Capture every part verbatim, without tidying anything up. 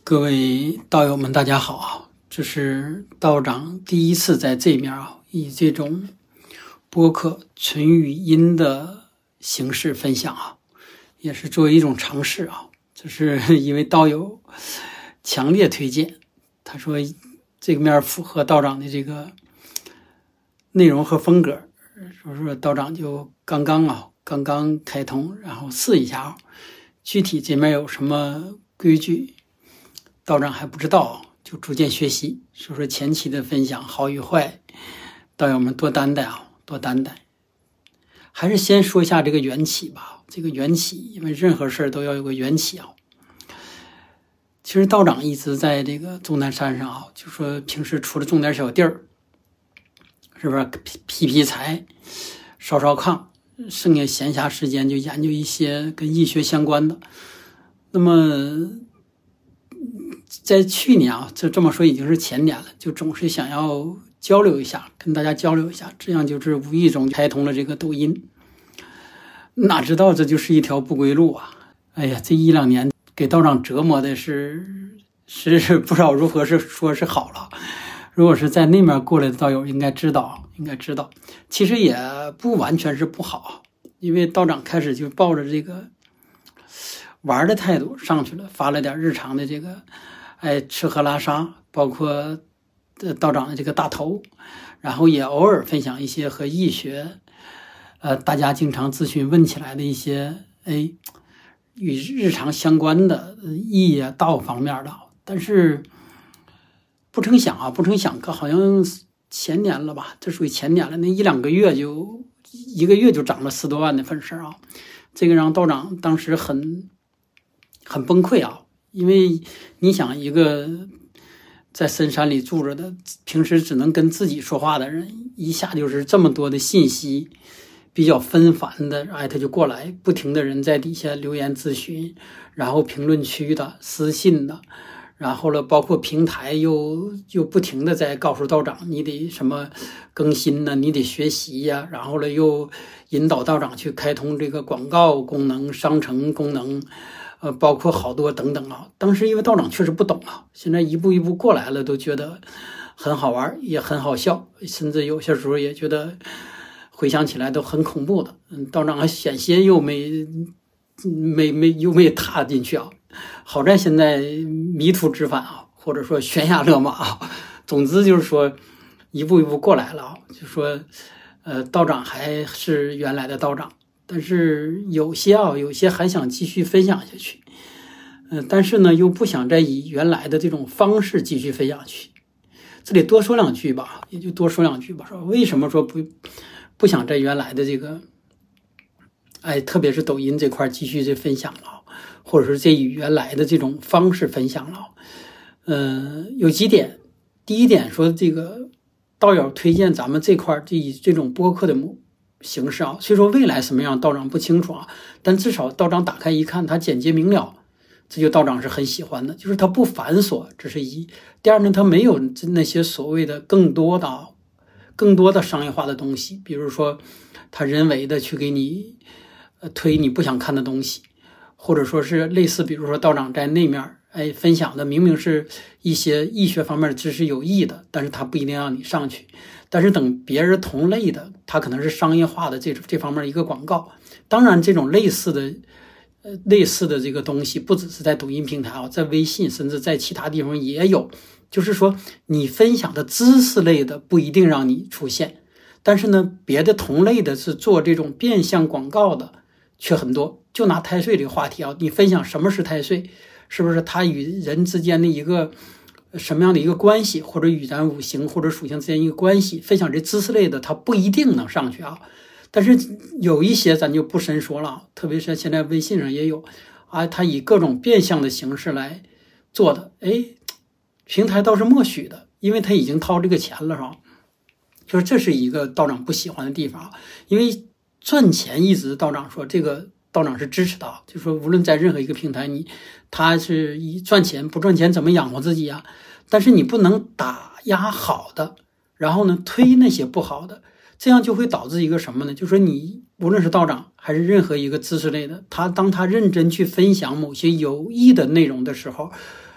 各位道友们，大家好啊！这是道长第一次在这面啊，以这种播客纯语音的形式分享啊，也是作为一种尝试啊。这是一位道友强烈推荐，他说这个面符合道长的这个内容和风格，所以说道长就刚刚啊，刚刚开通，然后试一下啊。具体这面有什么规矩，道长还不知道，就逐渐学习。所以说前期的分享好与坏，道友们多担待啊，多担待。还是先说一下这个缘起吧。这个缘起，因为任何事儿都要有个缘起啊。其实道长一直在这个终南山上啊，就说平时除了种点小地儿，是不是劈劈柴、烧烧炕，剩下闲暇时间就研究一些跟易学相关的。那么在去年啊，这这么说已经是前年了，就总是想要交流一下，跟大家交流一下，这样就是无意中开通了这个抖音。哪知道这就是一条不归路啊！哎呀，这一两年给道长折磨的是是不知道如何是说是好了。如果是在那面过来的道友应该知道，应该知道，其实也不完全是不好，因为道长开始就抱着这个玩的态度上去了，发了点日常的这个哎吃喝拉撒，包括道长的这个大头，然后也偶尔分享一些和易学呃大家经常咨询问起来的一些哎与日常相关的易啊道方面的。但是不成想啊，不成想好像前年了吧，这属于前年了，那一两个月就一个月就涨了十多万的粉丝啊，这个让道长当时很很崩溃啊。因为你想，一个在深山里住着的，平时只能跟自己说话的人，一下就是这么多的信息比较纷繁的，哎，他就过来，不停的人在底下留言咨询，然后评论区的、私信的，然后了，包括平台又又不停的在告诉道长，你得什么更新呢？你得学习呀、啊。然后了，又引导道长去开通这个广告功能、商城功能，呃，包括好多等等啊。当时因为道长确实不懂啊，现在一步一步过来了，都觉得很好玩，也很好笑，甚至有些时候也觉得回想起来都很恐怖的。嗯，道长还险些又没没没又没踏进去啊。好在现在迷途知返啊，或者说悬崖勒马啊，总之就是说一步一步过来了啊。就说呃，道长还是原来的道长，但是有些啊，有些还想继续分享下去，呃，但是呢又不想再以原来的这种方式继续分享下去。这里多说两句吧，也就多说两句吧。说为什么说不不想在原来的这个，哎，特别是抖音这块继续这分享了。或者是这以原来的这种方式分享了，呃，有几点。第一点说，这个道友推荐咱们这块这以这种播客的形式啊，虽说未来什么样道长不清楚啊，但至少道长打开一看，它简洁明了，这就道长是很喜欢的，就是它不繁琐，这是一。第二呢，它没有那些所谓的更多的、更多的商业化的东西，比如说他人为的去给你呃推你不想看的东西。或者说是类似，比如说道长在那面哎分享的明明是一些易学方面的知识有益的，但是他不一定让你上去。但是等别人同类的，他可能是商业化的这这方面一个广告。当然这种类似的呃类似的这个东西不只是在抖音平台啊，在微信甚至在其他地方也有。就是说你分享的知识类的不一定让你出现，但是呢别的同类的是做这种变相广告的却很多。就拿太岁这个话题啊，你分享什么是太岁，是不是它与人之间的一个什么样的一个关系，或者与咱五行或者属性之间一个关系，分享这知识类的它不一定能上去啊。但是有一些咱就不深说了，特别是现在微信上也有啊，它以各种变相的形式来做的，哎，平台倒是默许的，因为它已经掏这个钱了，是吧？就是这是一个道长不喜欢的地方啊，因为赚钱一直道长说这个。道长是支持的，就说无论在任何一个平台，你他是以赚钱不赚钱怎么养活自己啊？但是你不能打压好的，然后呢推那些不好的，这样就会导致一个什么呢？就说你无论是道长还是任何一个知识类的，他当他认真去分享某些有益的内容的时候，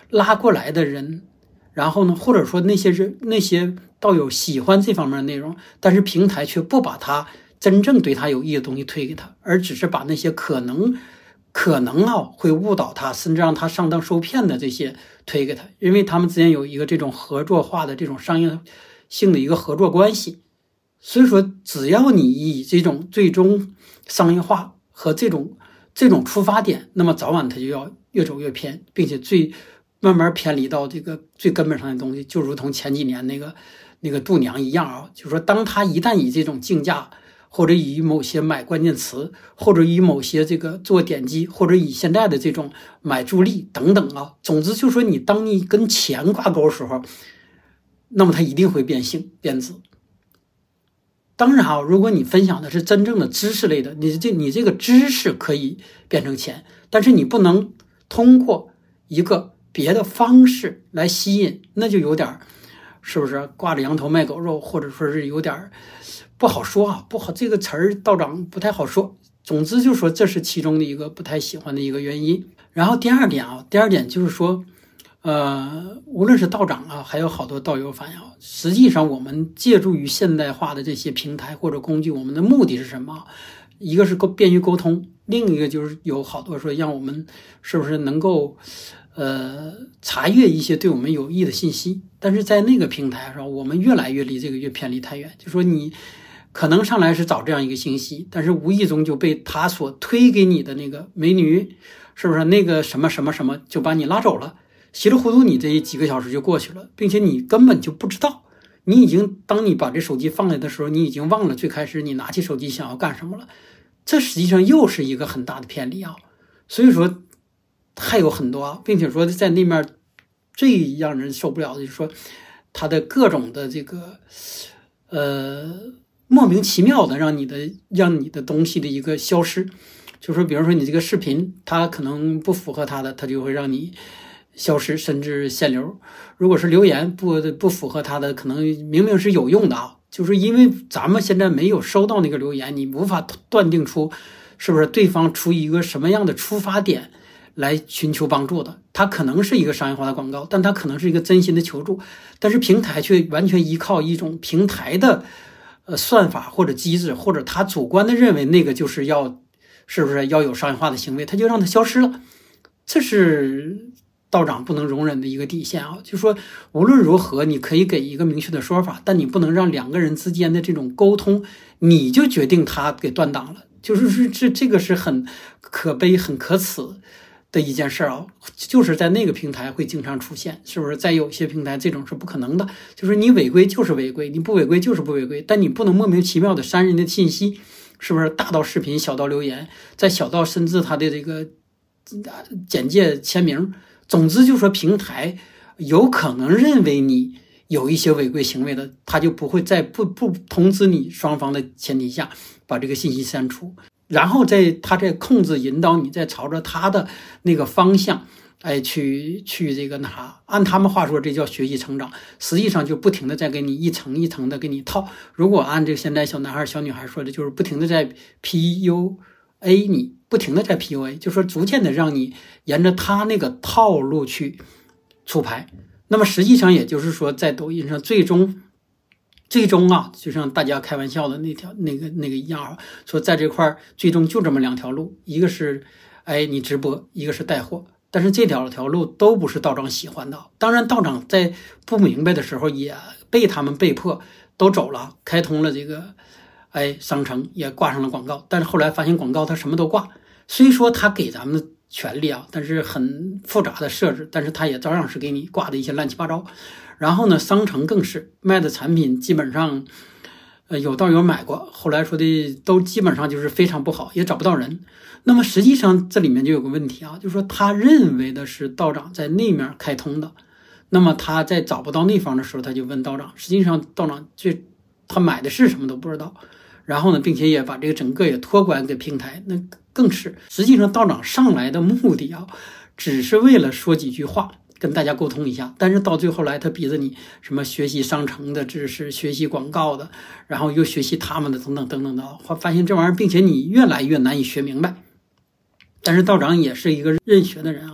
拉过来的人，然后呢，或者说那些人那些道友喜欢这方面的内容，但是平台却不把他真正对他有益的东西推给他，而只是把那些可能可能啊会误导他，甚至让他上当受骗的这些推给他，因为他们之间有一个这种合作化的这种商业性的一个合作关系。所以说，只要你以这种最终商业化和这种这种出发点，那么早晚它就要越走越偏，并且最慢慢偏离到这个最根本上的东西，就如同前几年那个那个度娘一样啊，就是说，当他一旦以这种竞价，或者以某些买关键词，或者以某些这个做点击，或者以现在的这种买助力等等啊，总之就是说，你当你跟钱挂钩的时候，那么它一定会变性变质。当然啊，如果你分享的是真正的知识类的，你这你这个知识可以变成钱，但是你不能通过一个别的方式来吸引，那就有点是不是挂着羊头卖狗肉，或者说是有点不好说啊，不好，这个词儿道长不太好说。总之就是说，这是其中的一个不太喜欢的一个原因。然后第二点啊，第二点就是说，呃，无论是道长啊，还有好多道友反映，实际上我们借助于现代化的这些平台或者工具，我们的目的是什么？一个是够便于沟通，另一个就是有好多说让我们是不是能够呃查阅一些对我们有益的信息。但是在那个平台上，我们越来越离这个越偏离太远。就说你可能上来是找这样一个信息，但是无意中就被他所推给你的那个美女，是不是那个什么什么什么就把你拉走了。稀里糊涂你这几个小时就过去了，并且你根本就不知道，你已经当你把这手机放下的时候，你已经忘了最开始你拿起手机想要干什么了。这实际上又是一个很大的偏离啊。所以说还有很多啊，并且说在那面最让人受不了的就是说他的各种的这个呃莫名其妙的让你的让你的东西的一个消失。就是说比如说你这个视频它可能不符合它的，它就会让你消失甚至限流。如果是留言不不符合它的，可能明明是有用的啊，就是因为咱们现在没有收到那个留言，你无法断定出是不是对方出于一个什么样的出发点来寻求帮助的。它可能是一个商业化的广告，但它可能是一个真心的求助，但是平台却完全依靠一种平台的呃算法或者机制，或者他主观的认为那个就是要是不是要有商业化的行为，他就让它消失了。这是道长不能容忍的一个底线啊，就是说无论如何你可以给一个明确的说法，但你不能让两个人之间的这种沟通你就决定他给断档了。就是说这这个是很可悲很可耻的一件事啊，就是在那个平台会经常出现，是不是？在有些平台这种是不可能的，就是你违规就是违规，你不违规就是不违规，但你不能莫名其妙的删人的信息，是不是？大到视频，小到留言，再小到甚至他的这个简介签名。总之就是说平台有可能认为你有一些违规行为的，他就不会在不不通知你双方的前提下把这个信息删除，然后在他在控制引导你再朝着他的那个方向哎去去这个那啥，按他们话说这叫学习成长，实际上就不停的在给你一层一层的给你套。如果按这个现在小男孩小女孩说的，就是不停的在 P U A 你，不停的在 P U A， 就说逐渐的让你沿着他那个套路去出牌。那么实际上也就是说，在抖音上最终最终啊，就像大家开玩笑的那条那个那个一样啊，说在这块最终就这么两条路，一个是哎你直播，一个是带货。但是这两条路都不是道长喜欢的。当然道长在不明白的时候也被他们被迫都走了，开通了这个哎商城，也挂上了广告，但是后来发现广告它什么都挂。虽说他给咱们的权利啊，但是很复杂的设置，但是他也照样是给你挂的一些乱七八糟。然后呢，商城更是卖的产品基本上呃有道友买过，后来说的都基本上就是非常不好，也找不到人。那么实际上这里面就有个问题啊，就是说他认为的是道长在那面开通的，那么他在找不到那方的时候，他就问道长，实际上道长这他买的是什么都不知道。然后呢，并且也把这个整个也托管给平台，那更是实际上道长上来的目的啊，只是为了说几句话跟大家沟通一下，但是到最后来他逼着你什么学习商城的知识，学习广告的，然后又学习他们的等等等等的，发现这玩意儿并且你越来越难以学明白。但是道长也是一个认学的人啊，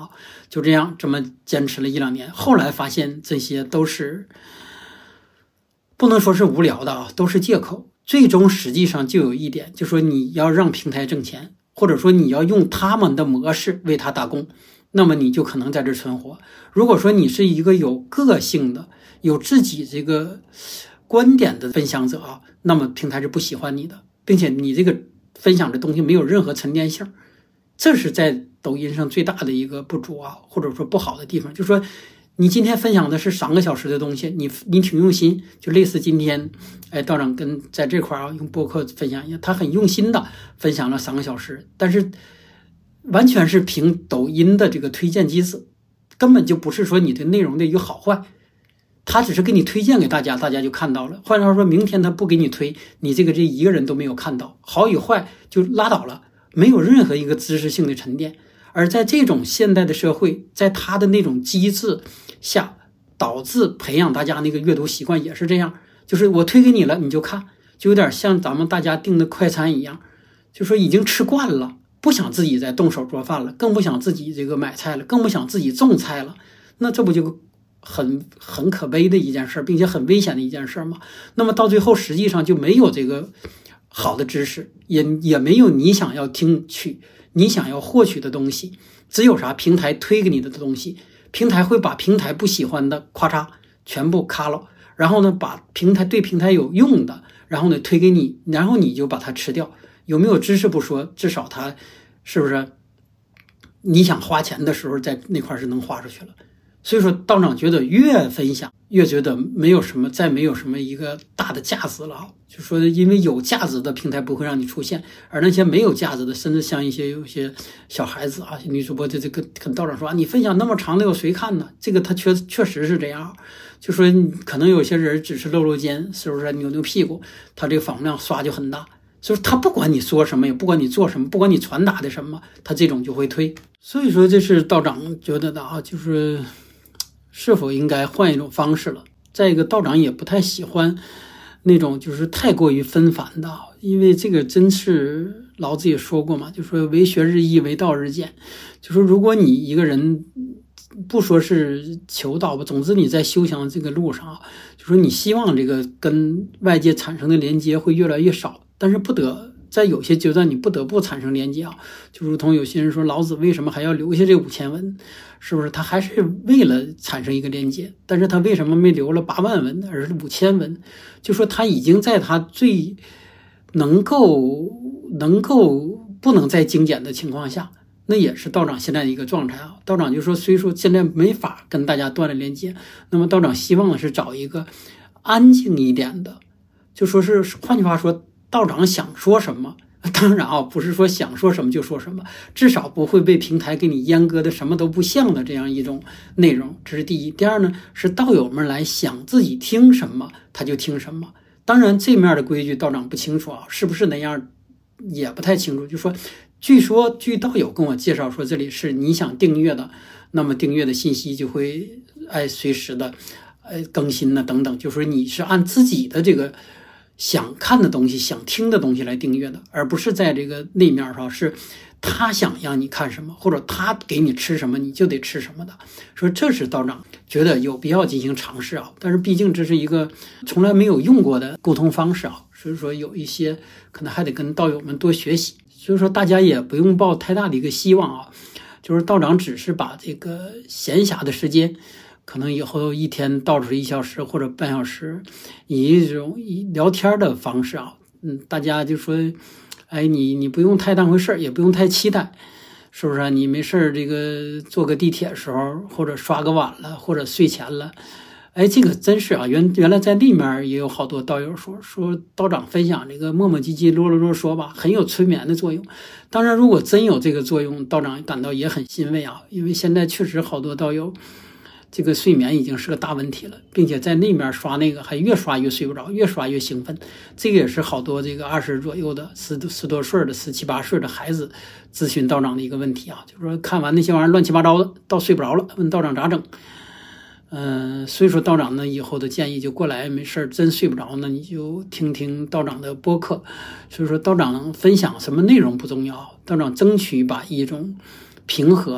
就这样这么坚持了一两年，后来发现这些都是不能说是无聊的啊，都是借口。最终实际上就有一点，就说你要让平台挣钱，或者说你要用他们的模式为他打工，那么你就可能在这存活。如果说你是一个有个性的、有自己这个观点的分享者啊，那么平台是不喜欢你的，并且你这个分享的东西没有任何沉淀性，这是在抖音上最大的一个不足啊，或者说不好的地方。就是说你今天分享的是三个小时的东西，你你挺用心，就类似今天，哎，道长跟在这块啊用播客分享一样，他很用心的分享了三个小时，但是完全是凭抖音的这个推荐机制，根本就不是说你的内容的一个好坏，他只是给你推荐给大家，大家就看到了。换句话说，明天他不给你推，你这个这一个人都没有看到，好与坏就拉倒了，没有任何一个知识性的沉淀。而在这种现代的社会，在他的那种机制下，导致培养大家那个阅读习惯也是这样，就是我推给你了你就看，就有点像咱们大家订的快餐一样，就说已经吃惯了，不想自己再动手做饭了，更不想自己这个买菜了，更不想自己种菜了，那这不就很很可悲的一件事，并且很危险的一件事吗？那么到最后实际上就没有这个好的知识，也也没有你想要听取你想要获取的东西，只有啥平台推给你的东西，平台会把平台不喜欢的咔嚓全部卡了，然后呢把平台对平台有用的，然后呢推给你，然后你就把它吃掉。有没有知识不说，至少它是不是你想花钱的时候在那块是能花出去了。所以说道长觉得越分享越觉得没有什么，再没有什么一个大的价值了，就说因为有价值的平台不会让你出现，而那些没有价值的，甚至像一些有些小孩子啊，女主播这这个跟道长说啊，你分享那么长的有谁看呢？这个他确确实是这样，就说可能有些人只是露露肩，是不是扭扭屁股，他这个访问量刷就很大。所以他不管你说什么，也不管你做什么，不管你传达的什么，他这种就会推。所以说这是道长觉得的啊，就是是否应该换一种方式了。再一个，道长也不太喜欢那种就是太过于纷繁的，因为这个真是老子也说过嘛，就说为学日益，为道日渐。就说如果你一个人不说是求道吧，总之你在修行这个路上啊，就说你希望这个跟外界产生的连接会越来越少，但是不得在有些阶段你不得不产生连接啊，就如同有些人说老子为什么还要留下这五千文，是不是他还是为了产生一个连接，但是他为什么没留了八万文而是五千文，就说他已经在他最能够能够不能再精简的情况下，那也是道长现在的一个状态啊。道长就说虽说现在没法跟大家断了连接，那么道长希望的是找一个安静一点的，就说是换句话说，道长想说什么，当然啊，不是说想说什么就说什么，至少不会被平台给你阉割的什么都不像的这样一种内容，这是第一。第二呢，是道友们来想自己听什么他就听什么。当然这面的规矩道长不清楚啊，是不是那样也不太清楚。就说据说据道友跟我介绍说，这里是你想订阅的，那么订阅的信息就会哎随时的呃更新呢等等，就说你是按自己的这个想看的东西想听的东西来订阅的，而不是在这个那面上是他想让你看什么或者他给你吃什么你就得吃什么的。说这是道长觉得有必要进行尝试啊，但是毕竟这是一个从来没有用过的沟通方式啊，所以说有一些可能还得跟道友们多学习。所以说大家也不用抱太大的一个希望啊，就是道长只是把这个闲暇的时间可能以后一天倒出一小时或者半小时，以一种以聊天的方式啊，嗯，大家就说，哎，你你不用太当回事，也不用太期待，是不是？你没事这个坐个地铁的时候，或者刷个碗了，或者睡前了，哎，这个真是啊，原原来在里面也有好多道友说说道长分享这个磨磨唧唧啰啰啰说吧，很有催眠的作用。当然，如果真有这个作用，道长感到也很欣慰啊，因为现在确实好多道友。这个睡眠已经是个大问题了，并且在那面刷那个还越刷越睡不着，越刷越兴奋。这个也是好多这个二十左右的十十多岁的十七八岁的孩子咨询道长的一个问题啊，就是说看完那些玩意儿乱七八糟的，到睡不着了，问道长咋整。嗯、呃，所以说道长呢以后的建议就过来，没事真睡不着呢，你就听听道长的播客。所以说道长分享什么内容不重要，道长争取把一种平和的。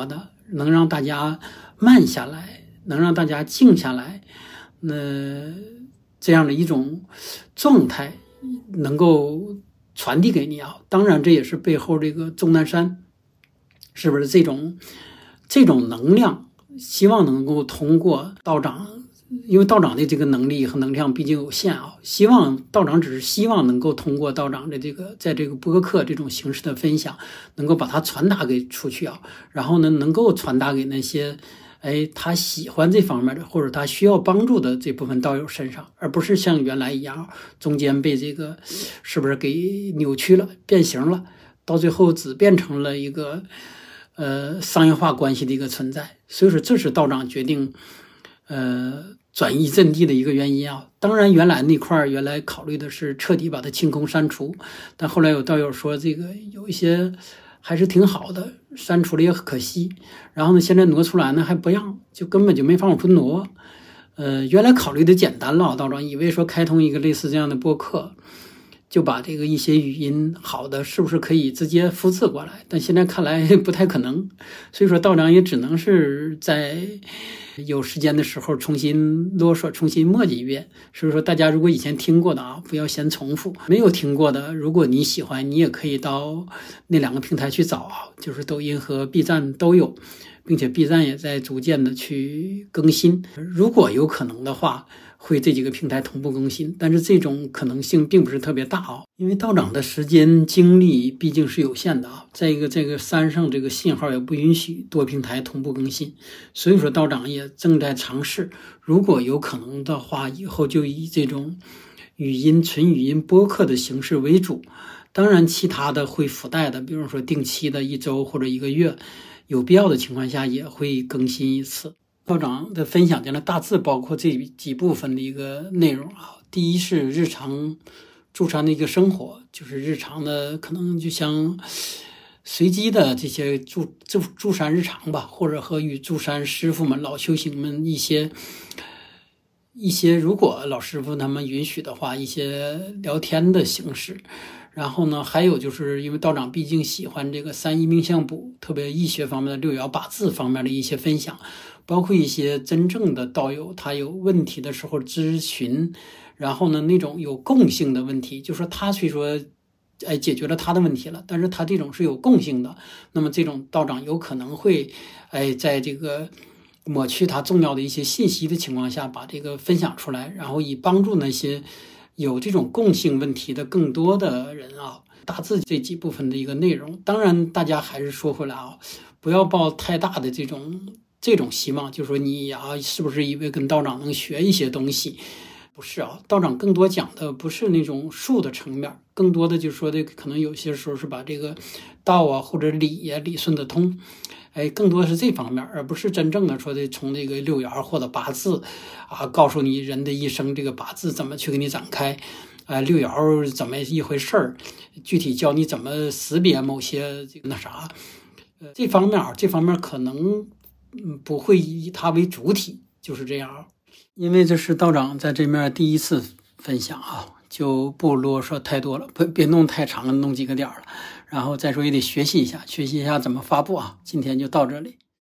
能让大家慢下来，能让大家静下来，那这样的一种状态能够传递给你啊。当然这也是背后这个钟南山是不是这种这种能量，希望能够通过道长，因为道长的这个能力和能量毕竟有限啊，希望道长只是希望能够通过道长的这个在这个播客这种形式的分享，能够把它传达给出去啊，然后呢能够传达给那些哎他喜欢这方面的或者他需要帮助的这部分道友身上，而不是像原来一样中间被这个是不是给扭曲了变形了，到最后只变成了一个呃商业化关系的一个存在。所以说这是道长决定呃转移阵地的一个原因啊。当然原来那块原来考虑的是彻底把它清空删除，但后来有道友说这个有一些还是挺好的，删除了也可惜，然后呢现在挪出来呢还不让，就根本就没法往出挪。呃原来考虑的简单了，道长以为说开通一个类似这样的播客，就把这个一些语音好的是不是可以直接复制过来，但现在看来不太可能，所以说道长也只能是在有时间的时候重新啰嗦重新墨迹一遍。所以说大家如果以前听过的啊，不要嫌重复，没有听过的如果你喜欢，你也可以到那两个平台去找啊，就是抖音和 B 站都有，并且 B 站也在逐渐的去更新，如果有可能的话会这几个平台同步更新，但是这种可能性并不是特别大啊，因为道长的时间精力毕竟是有限的啊。再一个，这个山上这个信号也不允许多平台同步更新，所以说道长也正在尝试，如果有可能的话，以后就以这种语音纯语音播客的形式为主。当然，其他的会附带的，比如说定期的一周或者一个月，有必要的情况下也会更新一次。道长的分享呢，大致包括这几部分的一个内容啊。第一是日常住山的一个生活，就是日常的可能就像随机的这些住住住山日常吧，或者和与住山师傅们、老修行们一些一些，如果老师傅他们允许的话，一些聊天的形式。然后呢，还有就是因为道长毕竟喜欢这个三一命相卜，特别易学方面的六爻八字方面的一些分享，包括一些真正的道友他有问题的时候咨询，然后呢那种有共性的问题，就说他虽说哎解决了他的问题了，但是他这种是有共性的，那么这种道长有可能会哎在这个抹去他重要的一些信息的情况下把这个分享出来，然后以帮助那些有这种共性问题的更多的人啊。大致这几部分的一个内容，当然大家还是说回来啊，不要抱太大的这种这种希望，就说你啊是不是以为跟道长能学一些东西，不是啊，道长更多讲的不是那种术的层面，更多的就是说的可能有些时候是把这个道啊或者理呀、啊、理顺得通，哎，更多是这方面，而不是真正的说的从这个六爻或者八字啊，告诉你人的一生这个八字怎么去给你展开，啊，六爻怎么一回事儿，具体教你怎么识别某些这个那啥，呃，这方面这方面可能嗯不会以它为主体，就是这样。因为这是道长在这面第一次分享啊，就不啰嗦太多了，不别弄太长，弄几个点了。然后再说也得学习一下，学习一下怎么发布啊。今天就到这里。